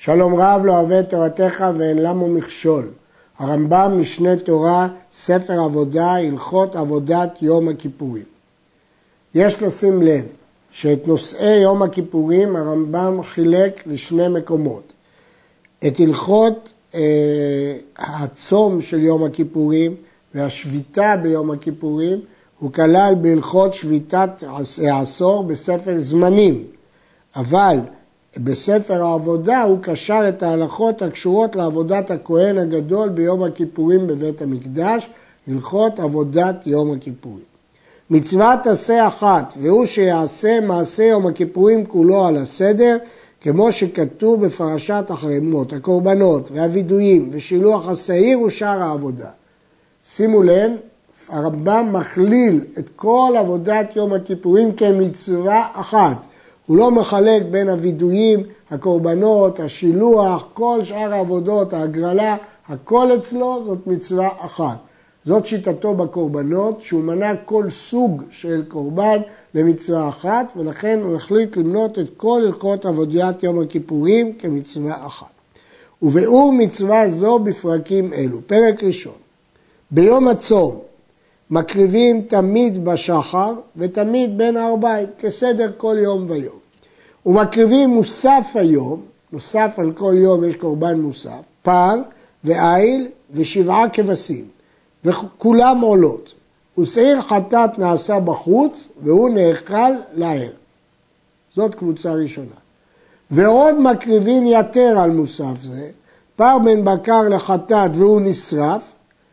שלום רב לא אוהב תורתך ואין למו מכשול. הרמב"ם משנה תורה, ספר עבודה, הלכות עבודת יום הכיפורים. יש לשים לב שאת נושאי יום הכיפורים הרמב"ם חילק לשני מקומות. את הלכות הצום של יום הכיפורים והשביתה ביום הכיפורים הוא כלל בהלכות שביתת העשור בספר זמנים, אבל בספר העבודה הוא קשר את ההלכות הקשורות לעבודת הכהן הגדול ביום הכיפורים בבית המקדש, הלכות עבודת יום הכיפורים. מצוות עשה אחת, והוא שיעשה מעשה יום הכיפורים כולו על הסדר, כמו שכתוב בפרשת החרמות, הקורבנות והווידויים ושילוח השעיר ושאר העבודה. שימו לב, הרמב"ם מכליל את כל עבודת יום הכיפורים כמצווה אחת. הוא לא מחלק בין הווידויים, הקורבנות, השילוח, כל שאר העבודות, ההגרלה, הכל אצלו זאת מצווה אחת. זאת שיטתו בקורבנות, שהוא מנה כל סוג של קורבן למצווה אחת, ולכן הוא החליט למנות את כל הלכות עבודת יום הכיפורים כמצווה אחת. וביאור מצווה זו בפרקים אלו. פרק ראשון. ביום הצום מקריבים תמיד בשחר ותמיד בין הערביים, כסדר כל יום ויום. ומקריבים מוסף היום, נוסף על כל יום יש קורבן מוסף, פר ועיל ושבעה כבשים, וכולם עולות. ושעיר חטאת נעשה בחוץ והוא נאכל לער. זאת קבוצה ראשונה. ועוד מקריבים יתר על מוסף זה, פר בן בקר לחטאת והוא נשרף,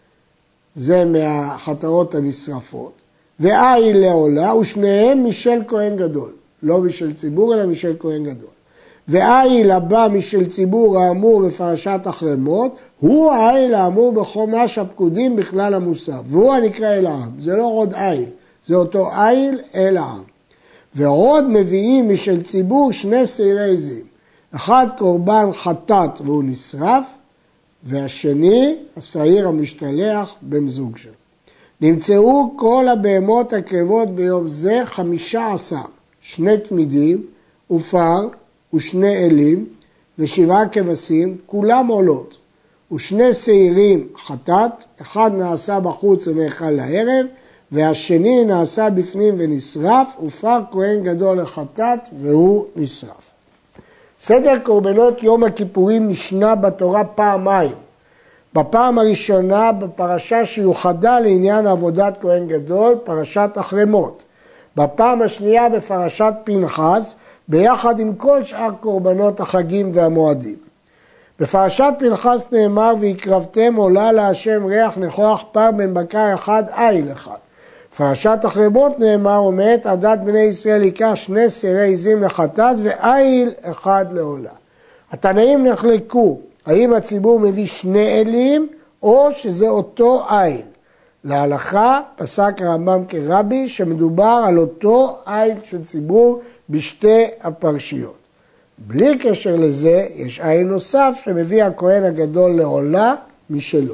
זה מהחטאות הנשרפות, ועיל לעולה, ושניהם משל כהן גדול. לא משל ציבור, אלא משל כהן גדול. והעיל הבא משל ציבור האמור בפרשת החרמות, הוא העיל האמור בחומש הפקודים בכלל המוסף. והוא הנקרא אל העם. זה לא עוד עיל, זה אותו עיל אל העם. ועוד מביאים משל ציבור שני שעירי עזים. אחד קורבן חטאת והוא נשרף, והשני השעיר המשתלח בן זוג שלו. נמצאו כל הבהמות הקרבות ביום זה 15, 2 תמידים ופר ושני אלים ושבעה כבשים, כולם עולות. ושני שעירים חטאת, אחד נעשה בחוץ ונאכל לערב, והשני נעשה בפנים ונשרף, ופר כהן גדול לחטאת והוא נשרף. סדר קורבנות יום הכיפורים נשנה בתורה פעמיים. בפעם הראשונה בפרשה שיוחדה לעניין עבודת כהן גדול, פרשת החרמות. בפעם השנייה בפרשת פנחס, ביחד עם כל שאר קורבנות החגים והמועדים. בפרשת פנחס נאמר, והקרבתם עולה להשם ריח ניחוח פר בן בקר אחד עיל אחד. בפרשת החרמות נאמר, ומאת עדת בני ישראל ייקח 2 שעירי עזים לחטאת ועיל אחד לעולה. התנאים נחלקו, האם הציבור מביא 2 אלים או שזה אותו עיל. להלכה פסק הרמב"ם כרבי שמדובר על אותו עיל של ציבור בשתי הפרשיות. בלי קשר לזה יש עיל נוסף שמביא הכהן הגדול לעולה משלו.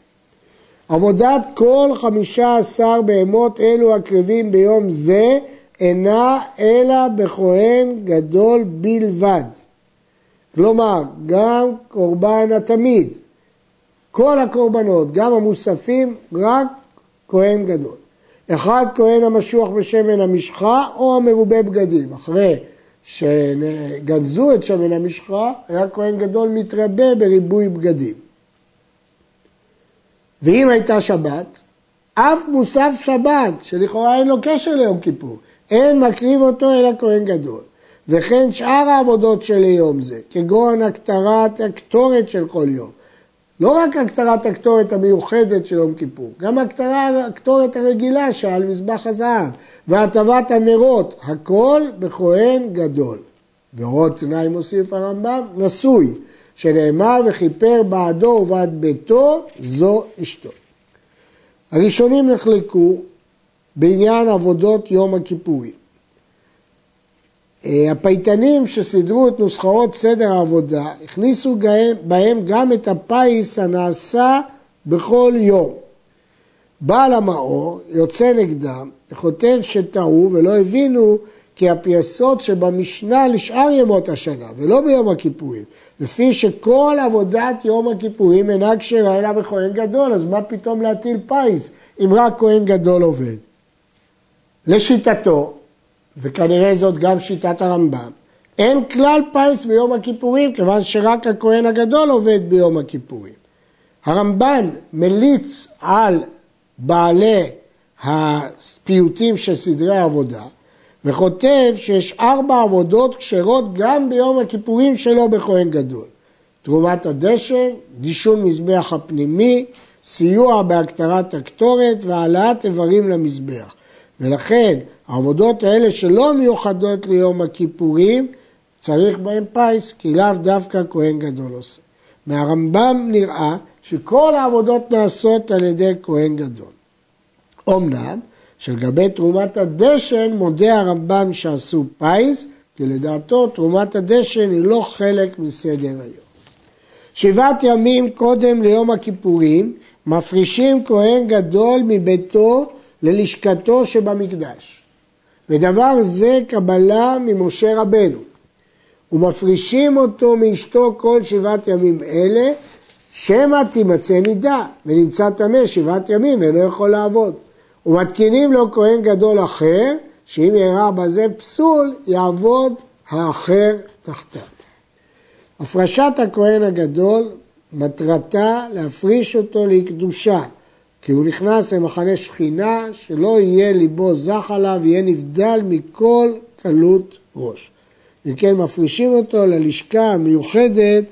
עבודת כל 15 בהמות אלו הקרבים ביום זה אינה אלא בכהן גדול בלבד. כלומר, גם קורבן התמיד, כל הקורבנות, גם המוספים, רק כהן גדול. אחד כהן המשוח בשמן המשחה או המרובה בגדים. אחרי שגנזו את שמן המשחה, היה כהן גדול מתרבה בריבוי בגדים. ואם הייתה שבת, אף מוסף שבת, שלכאורה אין לו קשר ליום כיפור, אין מקריב אותו אלא כהן גדול. וכן שאר העבודות של יום זה, כגון הקטרת הקטורת של כל יום. לא רק הקטרת הקטורת המיוחדת של יום כיפור, גם הקטורת הרגילה שעל מזבח הזהב, והטבת הנרות, הכל בכהן גדול. ועוד תנאי מוסיף הרמב"ם, נשוי, שנאמר וכיפר בעדו ובעד ביתו, זו אשתו. הראשונים נחלקו בעניין עבודות יום הכיפורים. הפייטנים שסידרו את נוסחאות סדר העבודה, הכניסו בהם גם את הפייס הנעשה בכל יום. בעל המאור יוצא נגדם, וכותב שטעו ולא הבינו כי הפייסות שבמשנה לשאר ימות השנה, ולא ביום הכיפורים. לפי שכל עבודת יום הכיפורים אינה כשרה אלא בכהן גדול, אז מה פתאום להטיל פיס, אם רק כהן גדול עובד? לשיטתו, וכנראה זאת גם שיטת הרמב"ם, אין כלל פיס ביום הכיפורים, כיוון שרק הכהן הגדול עובד ביום הכיפורים. הרמב"ן מליץ על בעלי הפיוטים של סדרי העבודה, וכותב שיש 4 עבודות כשרות גם ביום הכיפורים שלו בכהן גדול. תרומת הדשן, דישון מזבח הפנימי, סיוע בהקטרת הקטורת והעלאת איברים למזבח. ולכן העבודות האלה שלא מיוחדות ליום הכיפורים, צריך בהם פיס, כי לאו דווקא כהן גדול עושה. מהרמב"ם נראה שכל העבודות נעשות על ידי כהן גדול. אמנם, שלגבי תרומת הדשן מודה הרמב"ם שעשו פיס, כי לדעתו תרומת הדשן היא לא חלק מסדר היום. 7 ימים קודם ליום הכיפורים, מפרישים כהן גדול מביתו ללשכתו שבמקדש. ודבר זה קבלה ממשה רבנו. ומפרישים אותו מאשתו כל 7 ימים אלה, שמא תימצא נידה, ונמצא טמא 7 ימים ואינו יכול לעבוד. ומתקינים לו כהן גדול אחר, שאם יראה בזה פסול, יעבוד האחר תחתיו. הפרשת הכהן הגדול, מטרתה להפריש אותו לקדושה, כי הוא נכנס למחנה שכינה, שלא יהיה ליבו זך עליו, יהיה נבדל מכל קלות ראש. וכן מפרישים אותו ללשכה המיוחדת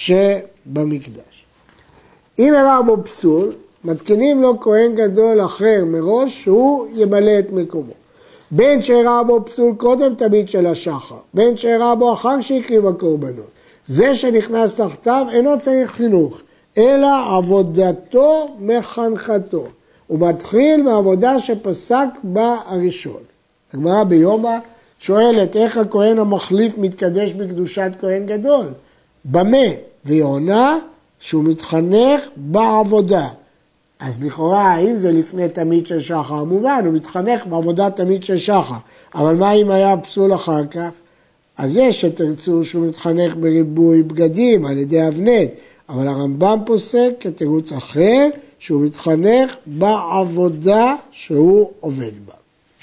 שבמקדש. אם הראה בו פסול, מתקינים לו כהן גדול אחר מראש, שהוא ימלא את מקומו. בין שהראה בו פסול קודם תמיד של השחר, בין שהראה בו אחר שהקריב הקורבנות. זה שנכנס תחתיו אינו צריך חינוך, אלא עבודתו מחנכתו. הוא מתחיל מעבודה שפסק בה הראשון. הגמרא ביומא שואלת איך הכהן המחליף מתקדש בקדושת כהן גדול. במה? והיא עונה שהוא מתחנך בעבודה. אז לכאורה, האם זה לפני תמיד של שחר? מובן, הוא מתחנך בעבודה תמיד של שחר. אבל מה אם היה פסול אחר כך? אז יש שתרצו שהוא מתחנך בריבוי בגדים על ידי אבנט. אבל הרמב"ם פוסק כתירוץ אחר, שהוא מתחנך בעבודה שהוא עובד בה.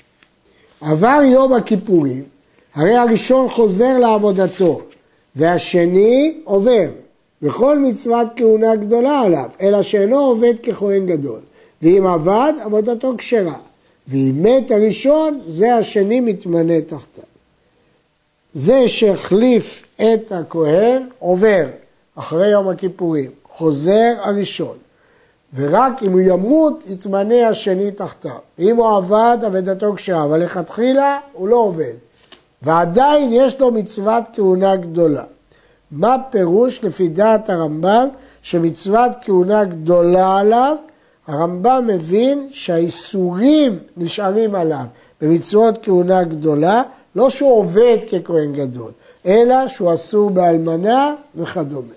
עבר יום הכיפורים, הרי הראשון חוזר לעבודתו, והשני עובר. וכל מצוות כהונה גדולה עליו, אלא שאינו עובד ככהן גדול. ואם עבד, עבודתו כשרה. ואם מת הראשון, זה השני מתמנה תחתיו. זה שהחליף את הכהן עובר אחרי יום הכיפורים, חוזר הראשון. ורק אם הוא ימות, יתמנה השני תחתיו. ואם הוא עבד, עבודתו כשרה, אבל לכתחילה הוא לא עובד. ועדיין יש לו מצוות כהונה גדולה. מה פירוש לפי דעת הרמב"ם שמצוות כהונה גדולה עליו? הרמב"ם מבין שהאיסורים נשארים עליו במצוות כהונה גדולה, לא שהוא עובד ככהן גדול, אלא שהוא אסור באלמנה וכדומה.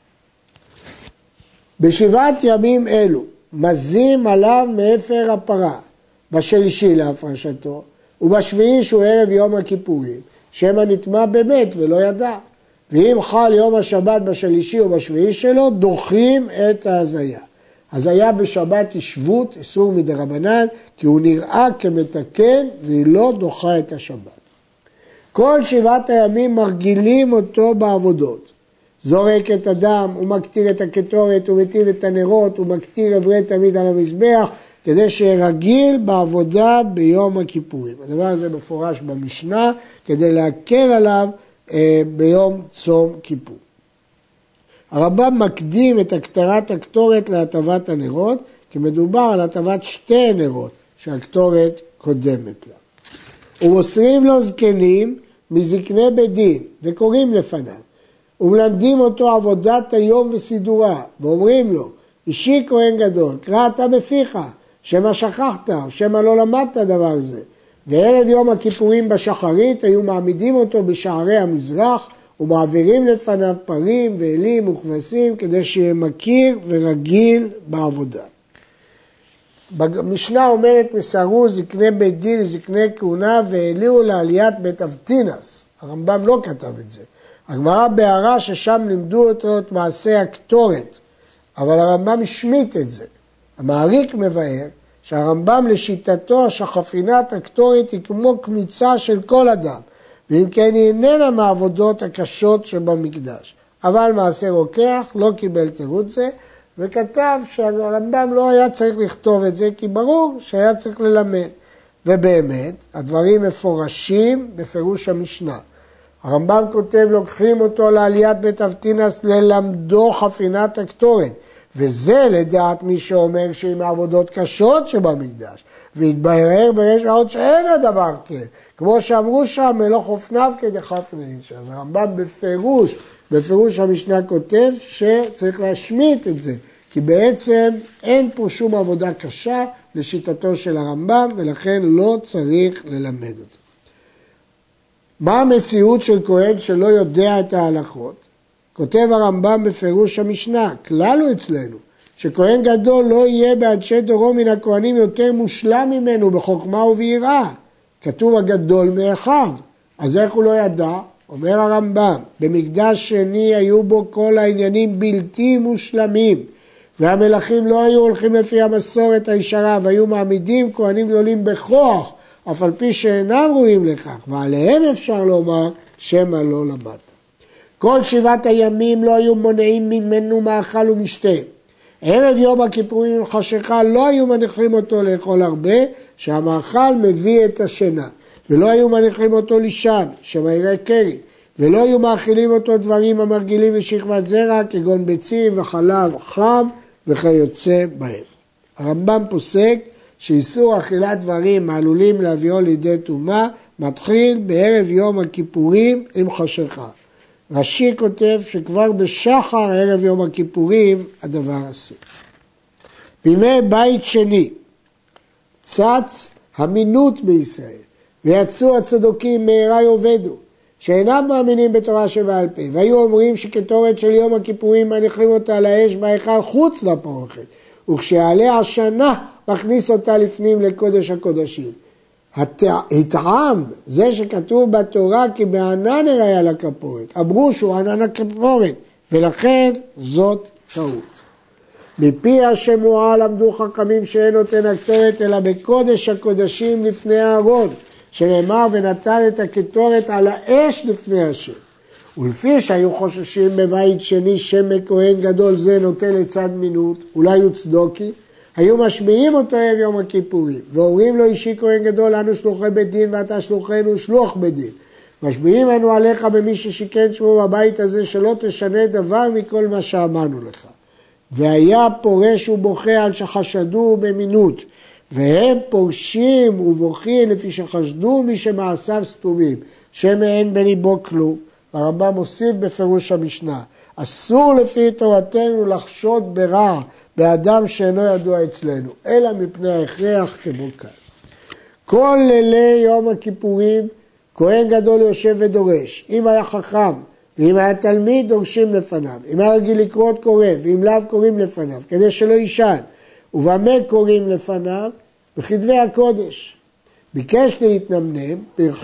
ב7 ימים אלו מזים עליו מאפר הפרה, בשלישי להפרשתו, ובשביעי שהוא ערב יום הכיפורים, שמא נטמא באמת ולא ידע. ואם חל יום השבת בשלישי או בשביעי שלו, דוחים את ההזיה. הזיה בשבת היא שבות, איסור מדרבנן, כי הוא נראה כמתקן והיא לא דוחה את השבת. כל 7 הימים מרגילים אותו בעבודות. זורק את הדם, הוא מקטיר את הקטורת, הוא מטיב את הנרות, הוא מקטיר אברי תמיד על המזבח, כדי שירגיל בעבודה ביום הכיפורים. הדבר הזה מפורש במשנה, כדי להקל עליו ביום צום כיפור. הרמב"ם מקדים את הקטרת הקטורת להטבת הנרות, כי מדובר על הטבת 2 נרות שהקטורת קודמת לה. ומוסרים לו זקנים מזקני בית דין וקוראים לפניו. ומלמדים אותו עבודת היום וסידורה, ואומרים לו, אישי כהן גדול, קרא אתה בפיך, שמא שכחת, שמא לא למדת דבר זה. וערב יום הכיפורים בשחרית היו מעמידים אותו בשערי המזרח ומעבירים לפניו פרים ואלים וכבשים כדי שיהיה מכיר ורגיל בעבודה. המשנה אומרת מסרו זקני בית דין לזקני כהונה והעליאו לעליית בית אבטינס. הרמב"ם לא כתב את זה. הגמרא בהערה ששם לימדו אותו את מעשה הקטורת, אבל הרמב"ם השמיט את זה. המעריק מבאר שהרמב"ם לשיטתו שחפינת הקטורת היא כמו קמיצה של כל אדם, ואם כן היא איננה מהעבודות הקשות שבמקדש. אבל מעשה רוקח לא קיבל תירוץ זה, וכתב שהרמב"ם לא היה צריך לכתוב את זה, כי ברור שהיה צריך ללמד. ובאמת, הדברים מפורשים בפירוש המשנה. הרמב"ם כותב, לוקחים אותו לעליית בית אבטינס ללמדו חפינת הקטורת, וזה לדעת מי שאומר שהיא מעבודות קשות שבמקדש, והתברר בריש עוד שאין הדבר כן, כמו שאמרו שם, מלוך אופניו כדחפני איש. אז הרמב"ם בפירוש המשנה כותב שצריך להשמיט את זה, כי בעצם אין פה שום עבודה קשה לשיטתו של הרמב"ם, ולכן לא צריך ללמד אותו. מה המציאות של כהן שלא יודע את ההלכות? כותב הרמב"ם בפירוש המשנה, כלל הוא אצלנו, שכהן גדול לא יהיה באנשי דורו מן הכהנים יותר מושלם ממנו בחוכמה וביראה. כתוב הגדול מאחיו, אז איך הוא לא ידע? אומר הרמב"ם, במקדש שני היו בו כל העניינים בלתי מושלמים, והמלכים לא היו הולכים לפי המסורת הישרה, והיו מעמידים כהנים גדולים בכוח, אף על פי שאינם ראויים לכך, ועליהם אפשר לומר שמא לא למדת. כל 7 הימים לא היו מונעים ממנו מאכל ומשתה. ערב יום הכיפורים עם חשיכה לא היו מניחים אותו לאכול הרבה, שהמאכל מביא את השינה. ולא היו מניחים אותו לישן, שמא יראה קרי. ולא היו מאכילים אותו דברים המרגילים לשכבת זרע, כגון ביצים וחלב חם וכיוצא בהם. הרמב"ם פוסק שאיסור אכילת דברים העלולים להביאו לידי טומאה, מתחיל בערב יום הכיפורים עם חשיכה. רש"י כותב שכבר בשחר ערב יום הכיפורים הדבר אסור. בימי בית שני צץ המינות בישראל, ויצאו הצדוקים מהרה יאבדו, שאינם מאמינים בתורה שבעל פה, והיו אומרים שכתורת של יום הכיפורים מניחים אותה על האש בהיכל חוץ לפרוכת, וכשיעלה השנה מכניס אותה לפנים לקודש הקודשים. הטעם, זה שכתוב בתורה כי בענן הראה לכפורת, אמרו שהוא ענן הכפורת, ולכן זאת טעות. מפי השמועה למדו חכמים שאין נותן הקטורת אלא בקודש הקודשים לפני הארון, שנאמר ונתן את הקטורת על האש לפני השם. ולפי שהיו חוששים בבית שני שם כהן גדול זה נוטה לצד מינות, אולי הוא צדוקי, היו משמיעים אותו ערב יום הכיפורים, ואומרים לו אישי כהן גדול, אנו שלוחי בית דין ואתה שלוחנו שלוח בית דין. משמיעים אנו עליך במי ששיקן שמו בבית הזה, שלא תשנה דבר מכל מה שאמרנו לך. והיה פורש ובוכה על שחשדו במינות, והם פורשים ובוכים לפי שחשדו מי שמעשיו סתומים, שמאין בליבו כלום. הרמב"ם מוסיף בפירוש המשנה, אסור לפי תורתנו לחשוד ברע באדם שאינו ידוע אצלנו, אלא מפני ההכרח כמו כאן. כל לילי יום הכיפורים, כהן גדול יושב ודורש, אם היה חכם ואם היה תלמיד דורשים לפניו, אם היה רגיל לקרות קורא ואם לאו קוראים לפניו, כדי שלא יישן, ובמה קוראים לפניו? בכתבי הקודש. ביקש להתנמנם,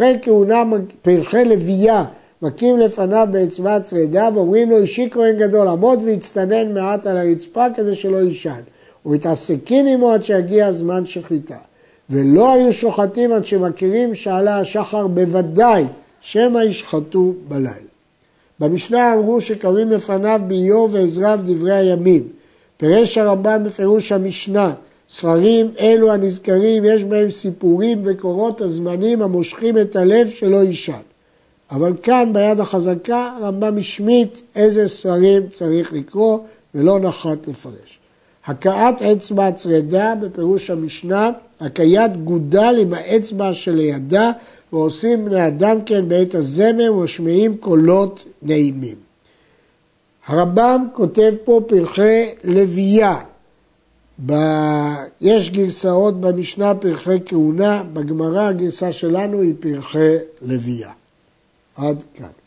פרחי לוויה, מקים לפניו באצבע צרדה ואומרים לו אישי כהן גדול עמוד והצטנן מעט על הרצפה כדי שלא יישן ומתעסקין עמו עד שיגיע הזמן שחיטה ולא היו שוחטים עד שמכירים שעלה השחר בוודאי שמא ישחטו בלילה. במשנה אמרו שקוראים לפניו באיוב ועזרא דברי הימים. פירש הרמב"ם בפירוש המשנה ספרים אלו הנזכרים יש בהם סיפורים וקורות הזמנים המושכים את הלב שלא יישן. אבל כאן ביד החזקה הרמב"ם השמיט איזה ספרים צריך לקרוא ולא נחת לפרש. הכאת אצבע צרדה בפירוש המשנה, הכיית גודל עם האצבע שלידה ועושים בני אדם כן בעת הזמר ומשמיעים קולות נעימים. הרמב"ם כותב פה פרחי לוויה. יש גרסאות במשנה פרחי כהונה, בגמרא הגרסה שלנו היא פרחי לוויה. עד כאן.